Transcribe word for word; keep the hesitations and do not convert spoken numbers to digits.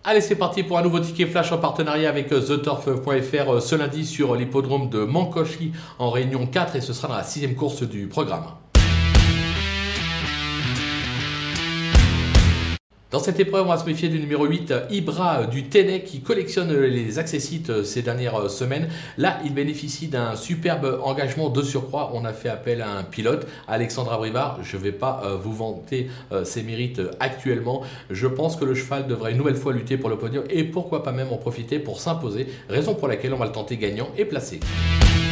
Allez, c'est parti pour un nouveau ticket flash en partenariat avec the turf point f r ce lundi sur l'hippodrome de Mankochi en Réunion quatre et ce sera dans la sixième course du programme. Dans cette épreuve, on va se méfier du numéro huit, Ibra du Ténèque, qui collectionne les accessites ces dernières semaines. Là, il bénéficie d'un superbe engagement de surcroît. On a fait appel à un pilote, Alexandre Abrivard. Je ne vais pas vous vanter ses mérites actuellement. Je pense que le cheval devrait une nouvelle fois lutter pour le podium et pourquoi pas même en profiter pour s'imposer. Raison pour laquelle on va le tenter gagnant et placé.